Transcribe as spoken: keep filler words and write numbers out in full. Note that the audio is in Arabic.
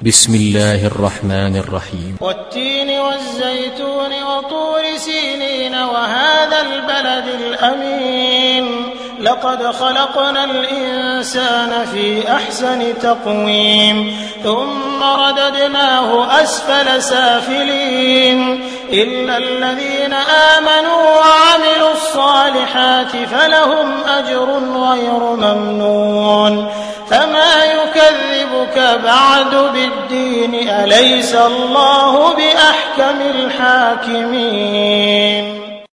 بسم الله الرحمن الرحيم والتين والزيتون وطور سينين وهذا البلد الأمين لقد خلقنا الإنسان في أحسن تقويم ثم رددناه أسفل سافلين إلا الذين آمنوا وعملوا الصالحات فلهم أجر غير ممنون فما يكذبك بعد بالدين أليس الله بأحكم الحاكمين